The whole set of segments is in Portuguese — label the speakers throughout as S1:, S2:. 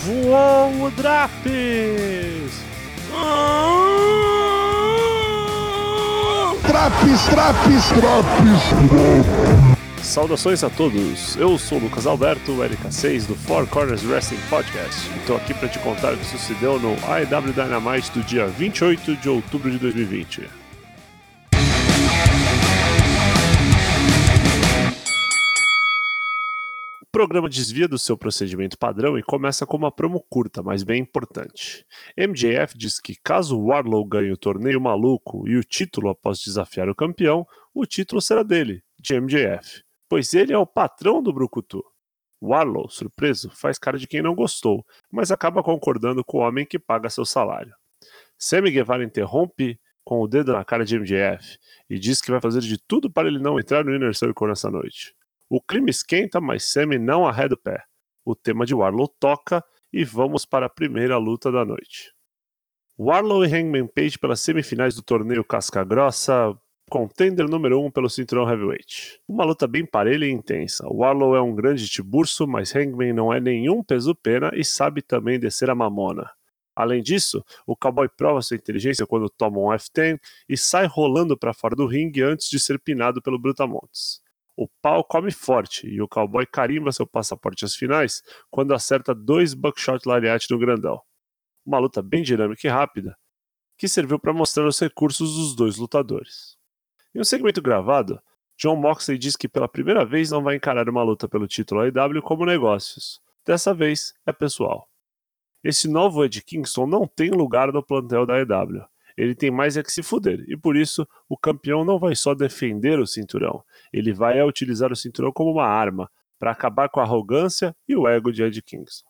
S1: Voou o Drapes! Saudações a todos, eu sou o Lucas Alberto, LK6 do Four Corners Wrestling Podcast e estou aqui para te contar o que sucedeu no AEW Dynamite do dia 28 de outubro de 2020. O programa desvia do seu procedimento padrão e começa com uma promo curta, mas bem importante. MJF diz que caso Wardlow ganhe o torneio maluco e o título após desafiar o campeão, o título será dele, de MJF, pois ele é o patrão do Brucutu. Wardlow, surpreso, faz cara de quem não gostou, mas acaba concordando com o homem que paga seu salário. Sammy Guevara interrompe com o dedo na cara de MJF e diz que vai fazer de tudo para ele não entrar no Inner Circle nessa noite. O clima esquenta, mas Sammy não arreda o pé. O tema de Wardlow toca e vamos para a primeira luta da noite. Wardlow e Hangman Page pelas semifinais do torneio Casca Grossa, contender número 1 pelo cinturão heavyweight. Uma luta bem parelha e intensa. Wardlow é um grande tiburcio, mas Hangman não é nenhum peso-pena e sabe também descer a mamona. Além disso, o cowboy prova sua inteligência quando toma um F10 e sai rolando para fora do ringue antes de ser pinado pelo Brutamontes. O pau come forte e o cowboy carimba seu passaporte às finais quando acerta 2 buckshot lariat no grandão. Uma luta bem dinâmica e rápida, que serviu para mostrar os recursos dos dois lutadores. Em um segmento gravado, Jon Moxley diz que pela primeira vez não vai encarar uma luta pelo título AEW como negócios. Dessa vez, é pessoal. Esse novo Eddie Kingston não tem lugar no plantel da AEW. Ele tem mais é que se fuder, e por isso o campeão não vai só defender o cinturão, ele vai utilizar o cinturão como uma arma para acabar com a arrogância e o ego de Eddie Kingston.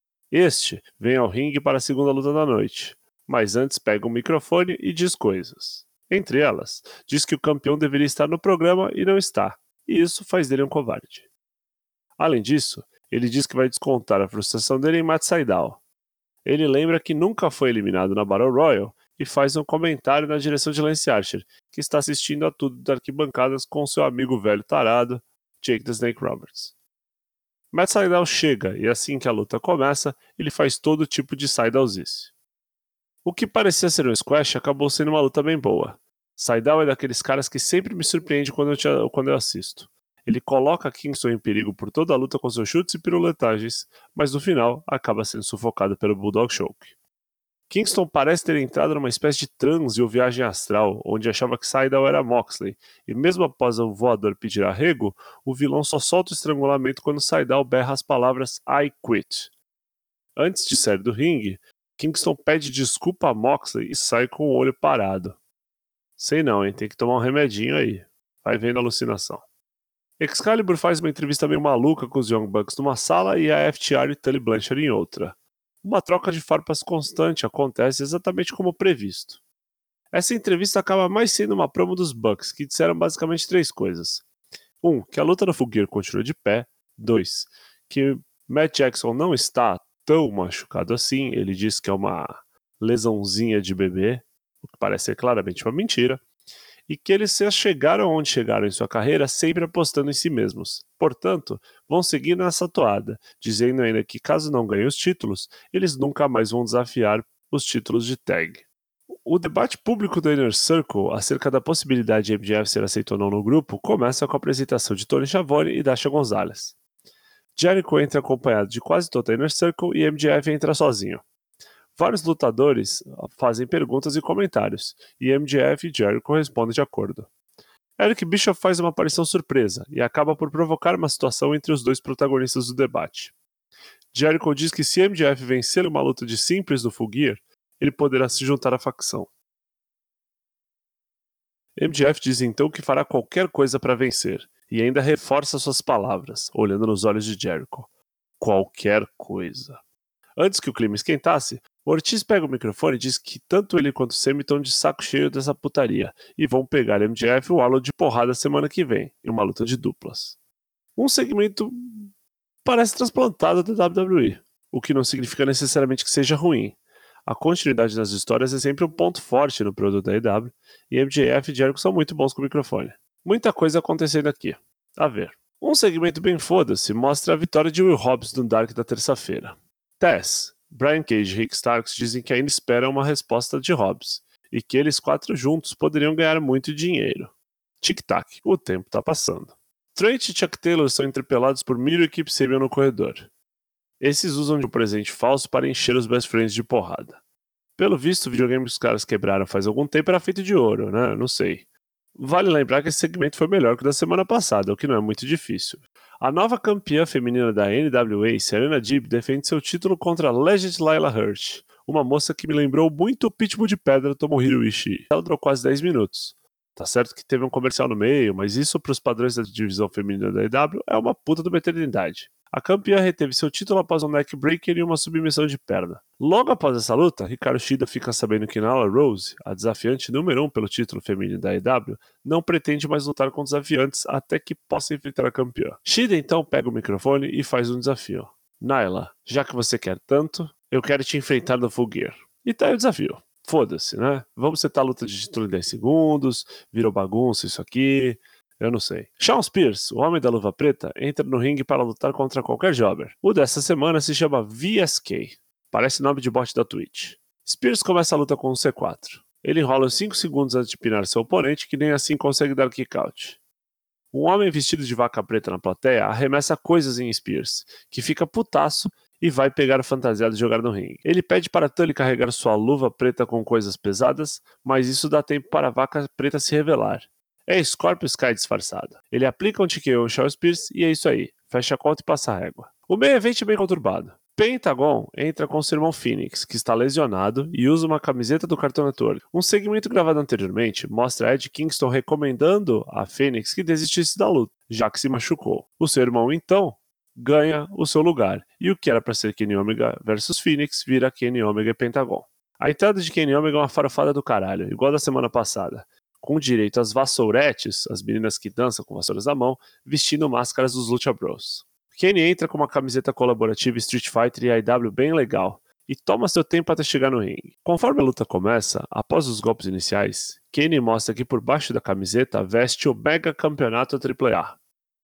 S1: Este vem ao ringue para a segunda luta da noite, mas antes pega um microfone e diz coisas. Entre elas, diz que o campeão deveria estar no programa e não está, e isso faz dele um covarde. Além disso, ele diz que vai descontar a frustração dele em Matt Sydal. Ele lembra que nunca foi eliminado na Battle Royal e faz um comentário na direção de Lance Archer, que está assistindo a tudo das arquibancadas com seu amigo velho tarado, Jake the Snake Roberts. Matt Sydal chega e assim que a luta começa, ele faz todo tipo de Sydalzice. O que parecia ser um squash acabou sendo uma luta bem boa. Sydal é daqueles caras que sempre me surpreende quando eu assisto. Ele coloca Kingston em perigo por toda a luta com seus chutes e piruletagens, mas no final acaba sendo sufocado pelo Bulldog Choke. Kingston parece ter entrado numa espécie de transe ou viagem astral, onde achava que Sydal era Moxley, e mesmo após o voador pedir arrego, o vilão só solta o estrangulamento quando Sydal berra as palavras I quit. Antes de sair do ringue, Kingston pede desculpa a Moxley e sai com o olho parado. Sei não, hein? Tem que tomar um remedinho aí. Vai vendo a alucinação. Excalibur faz uma entrevista meio maluca com os Young Bucks numa sala e a FTR e Tully Blanchard em outra. Uma troca de farpas constante acontece exatamente como previsto. Essa entrevista acaba mais sendo uma promo dos Bucks, que disseram basicamente 3 coisas. 1. Que a luta no Full Gear continua de pé. 2. Que Matt Jackson não está tão machucado assim, ele diz que é uma lesãozinha de bebê, o que parece ser claramente uma mentira. E que eles chegaram onde chegaram em sua carreira sempre apostando em si mesmos. Portanto, vão seguir nessa toada, dizendo ainda que caso não ganhem os títulos, eles nunca mais vão desafiar os títulos de tag. O debate público do Inner Circle acerca da possibilidade de MJF ser aceito ou não no grupo começa com a apresentação de Tony Schiavone e Dasha Gonzalez. Jericho entra acompanhado de quase toda a Inner Circle e MJF entra sozinho. Vários lutadores fazem perguntas e comentários, e MJF e Jericho respondem de acordo. Eric Bischoff faz uma aparição surpresa e acaba por provocar uma situação entre os dois protagonistas do debate. Jericho diz que se MJF vencer uma luta de simples no Full Gear, ele poderá se juntar à facção. MJF diz então que fará qualquer coisa para vencer, e ainda reforça suas palavras, olhando nos olhos de Jericho. Qualquer coisa. Antes que o clima esquentasse, Ortiz pega o microfone e diz que tanto ele quanto o Sammy estão de saco cheio dessa putaria e vão pegar MJF e o Wardlow de porrada semana que vem, em uma luta de duplas. Um segmento parece transplantado da WWE, o que não significa necessariamente que seja ruim. A continuidade das histórias é sempre um ponto forte no produto da AEW e MJF e Jericho são muito bons com o microfone. Muita coisa acontecendo aqui. A ver. Um segmento bem foda-se mostra a vitória de Will Hobbs no Dark da terça-feira. Tess, Brian Cage e Rick Starks dizem que ainda esperam uma resposta de Hobbs e que eles 4 juntos poderiam ganhar muito dinheiro. Tic-tac, o tempo tá passando. Trent e Chuck Taylor são interpelados por Miro e Kip Sabian no corredor. Esses usam de um presente falso para encher os best friends de porrada. Pelo visto, o videogame que os caras quebraram faz algum tempo era feito de ouro, né? Não sei. Vale lembrar que esse segmento foi melhor que o da semana passada, o que não é muito difícil. A nova campeã feminina da NWA, Serena Deeb, defende seu título contra Legend Lila Hirsch, uma moça que me lembrou muito o Pitbull de Pedra Tomohiro Ishii. Ela durou quase 10 minutos. Tá certo que teve um comercial no meio, mas isso pros padrões da divisão feminina da EW é uma puta de uma eternidade. A campeã reteve seu título após um neckbreaker e uma submissão de perna. Logo após essa luta, Hikaru Shida fica sabendo que Nyla Rose, a desafiante número 1 pelo título feminino da EW, não pretende mais lutar com desafiantes até que possa enfrentar a campeã. Shida então pega o microfone e faz um desafio. Nyla, já que você quer tanto, eu quero te enfrentar no Full Gear. E tá aí o desafio. Foda-se, né? Vamos setar a luta de título em 10 segundos, virou bagunça isso aqui... Eu não sei. Shawn Spears, o homem da luva preta, entra no ringue para lutar contra qualquer jobber. O dessa semana se chama VSK. Parece nome de bot da Twitch. Spears começa a luta com um C4. Ele enrola uns 5 segundos antes de pinar seu oponente, que nem assim consegue dar kick out. Um homem vestido de vaca preta na plateia arremessa coisas em Spears, que fica putaço e vai pegar o fantasiado e jogar no ringue. Ele pede para Tully carregar sua luva preta com coisas pesadas, mas isso dá tempo para a vaca preta se revelar. É Scorpio Sky disfarçada. Ele aplica um TKO em Shawn Spears e é isso aí. Fecha a conta e passa a régua. O meio evento é bem conturbado. Pentagon entra com seu irmão Phoenix, que está lesionado, e usa uma camiseta do Cartoon Network. Um segmento gravado anteriormente mostra Ed Kingston recomendando a Phoenix que desistisse da luta, já que se machucou. O seu irmão, então, ganha o seu lugar, e o que era para ser Kenny Omega versus Phoenix vira Kenny Omega e Pentagon. A entrada de Kenny Omega é uma farofada do caralho, igual da semana passada, com direito às vassouretes, as meninas que dançam com vassouras na mão, vestindo máscaras dos Lucha Bros. Kenny entra com uma camiseta colaborativa Street Fighter e AEW bem legal, e toma seu tempo até chegar no ringue. Conforme a luta começa, após os golpes iniciais, Kenny mostra que por baixo da camiseta veste o Mega Campeonato AAA.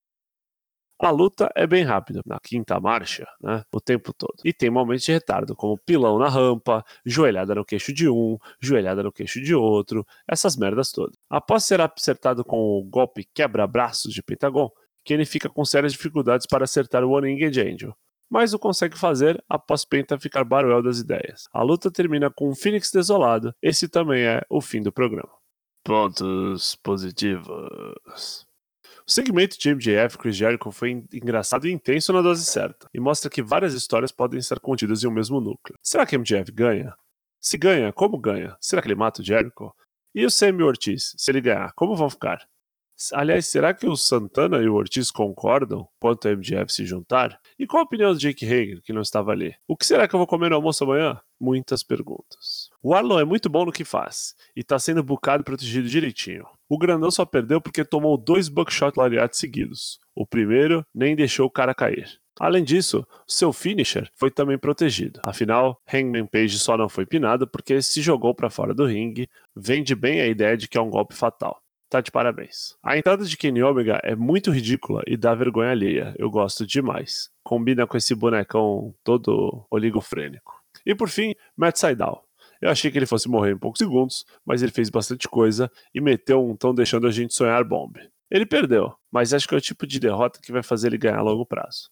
S1: A luta é bem rápida, na quinta marcha, né, o tempo todo. E tem momentos de retardo, como pilão na rampa, joelhada no queixo de um, joelhada no queixo de outro, essas merdas todas. Após ser acertado com o golpe quebra-braços de Pentagon, Kenny fica com sérias dificuldades para acertar o One Engage Angel, mas o consegue fazer após Penta ficar baruel das ideias. A luta termina com um Phoenix desolado, esse também é o fim do programa. Pontos positivos. O segmento de MJF Chris Jericho foi engraçado e intenso na dose certa, e mostra que várias histórias podem ser contidas em um mesmo núcleo. Será que MJF ganha? Se ganha, como ganha? Será que ele mata o Jericho? E o Sam e o Ortiz, se ele ganhar, como vão ficar? Aliás, será que o Santana e o Ortiz concordam quanto a MJF se juntar? E qual a opinião do Jake Hager, que não estava ali? O que será que eu vou comer no almoço amanhã? Muitas perguntas. O Arlow é muito bom no que faz, e está sendo bucado e protegido direitinho. O grandão só perdeu porque tomou 2 buckshot lariats seguidos. O primeiro nem deixou o cara cair. Além disso, seu finisher foi também protegido. Afinal, Hangman Page só não foi pinado porque se jogou para fora do ringue. Vende bem a ideia de que é um golpe fatal. Tá de parabéns. A entrada de Kenny Omega é muito ridícula e dá vergonha alheia. Eu gosto demais. Combina com esse bonecão todo oligofrênico. E por fim, Matt Sydal. Eu achei que ele fosse morrer em poucos segundos, mas ele fez bastante coisa e meteu um tão deixando a gente sonhar bomb. Ele perdeu, mas acho que é o tipo de derrota que vai fazer ele ganhar a longo prazo.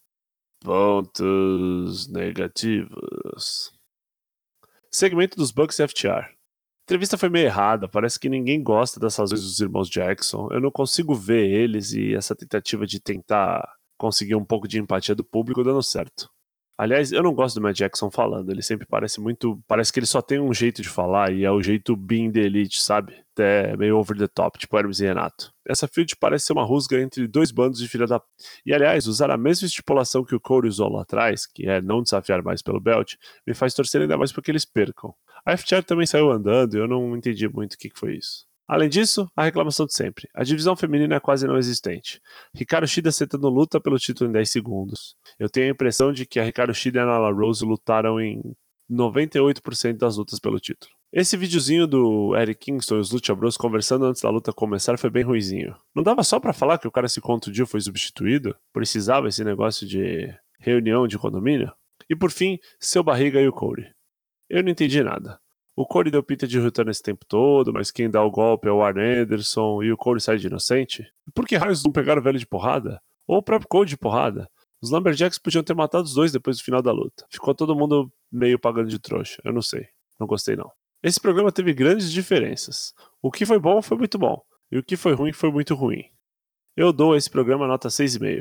S1: Pontos negativos. Segmento dos Bucks e FTR. A entrevista foi meio errada, parece que ninguém gosta das razões dos irmãos Jackson. Eu não consigo ver eles e essa tentativa de tentar conseguir um pouco de empatia do público dando certo. Aliás, eu não gosto do Matt Jackson falando, ele sempre parece muito... Parece que ele só tem um jeito de falar e é o jeito being the elite, sabe? Até meio over the top, tipo Hermes e Renato. Essa feud parece ser uma rusga entre 2 bandos de filha da... E aliás, usar a mesma estipulação que o Cody usou lá atrás, que é não desafiar mais pelo belt, me faz torcer ainda mais porque eles percam. A FTR também saiu andando e eu não entendi muito o que foi isso. Além disso, a reclamação de sempre. A divisão feminina é quase não existente. Hikaru Shida sentando luta pelo título em 10 segundos. Eu tenho a impressão de que a Hikaru Shida e a Nyla Rose lutaram em 98% das lutas pelo título. Esse videozinho do Eric Kingston e os Lucha Bros conversando antes da luta começar foi bem ruizinho. Não dava só pra falar que o cara se contundiu e foi substituído? Precisava esse negócio de reunião de condomínio? E por fim, seu Barriga e o Corey. Eu não entendi nada. O Corey deu pinta de Hilton esse tempo todo, mas quem dá o golpe é o Arn Anderson e o Corey sai de inocente? Por que raios não pegaram o velho de porrada? Ou o próprio Cody de porrada? Os Lumberjacks podiam ter matado os dois depois do final da luta. Ficou todo mundo meio pagando de trouxa. Eu não sei. Não gostei não. Esse programa teve grandes diferenças. O que foi bom foi muito bom. E o que foi ruim foi muito ruim. Eu dou a esse programa nota 6,5.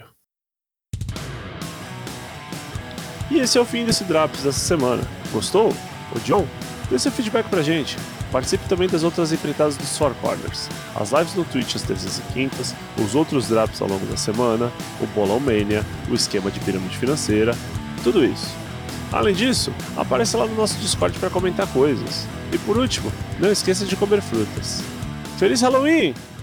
S1: E esse é o fim desse Drops dessa semana. Gostou? Odiou? Dê seu feedback pra gente. Participe também das outras empreitadas dos Four Corners. As lives no Twitch às terças e quintas, os outros Drops ao longo da semana, o Bolão Mania, o esquema de pirâmide financeira, tudo isso. Além disso, apareça lá no nosso Discord para comentar coisas. E por último, não esqueça de comer frutas. Feliz Halloween!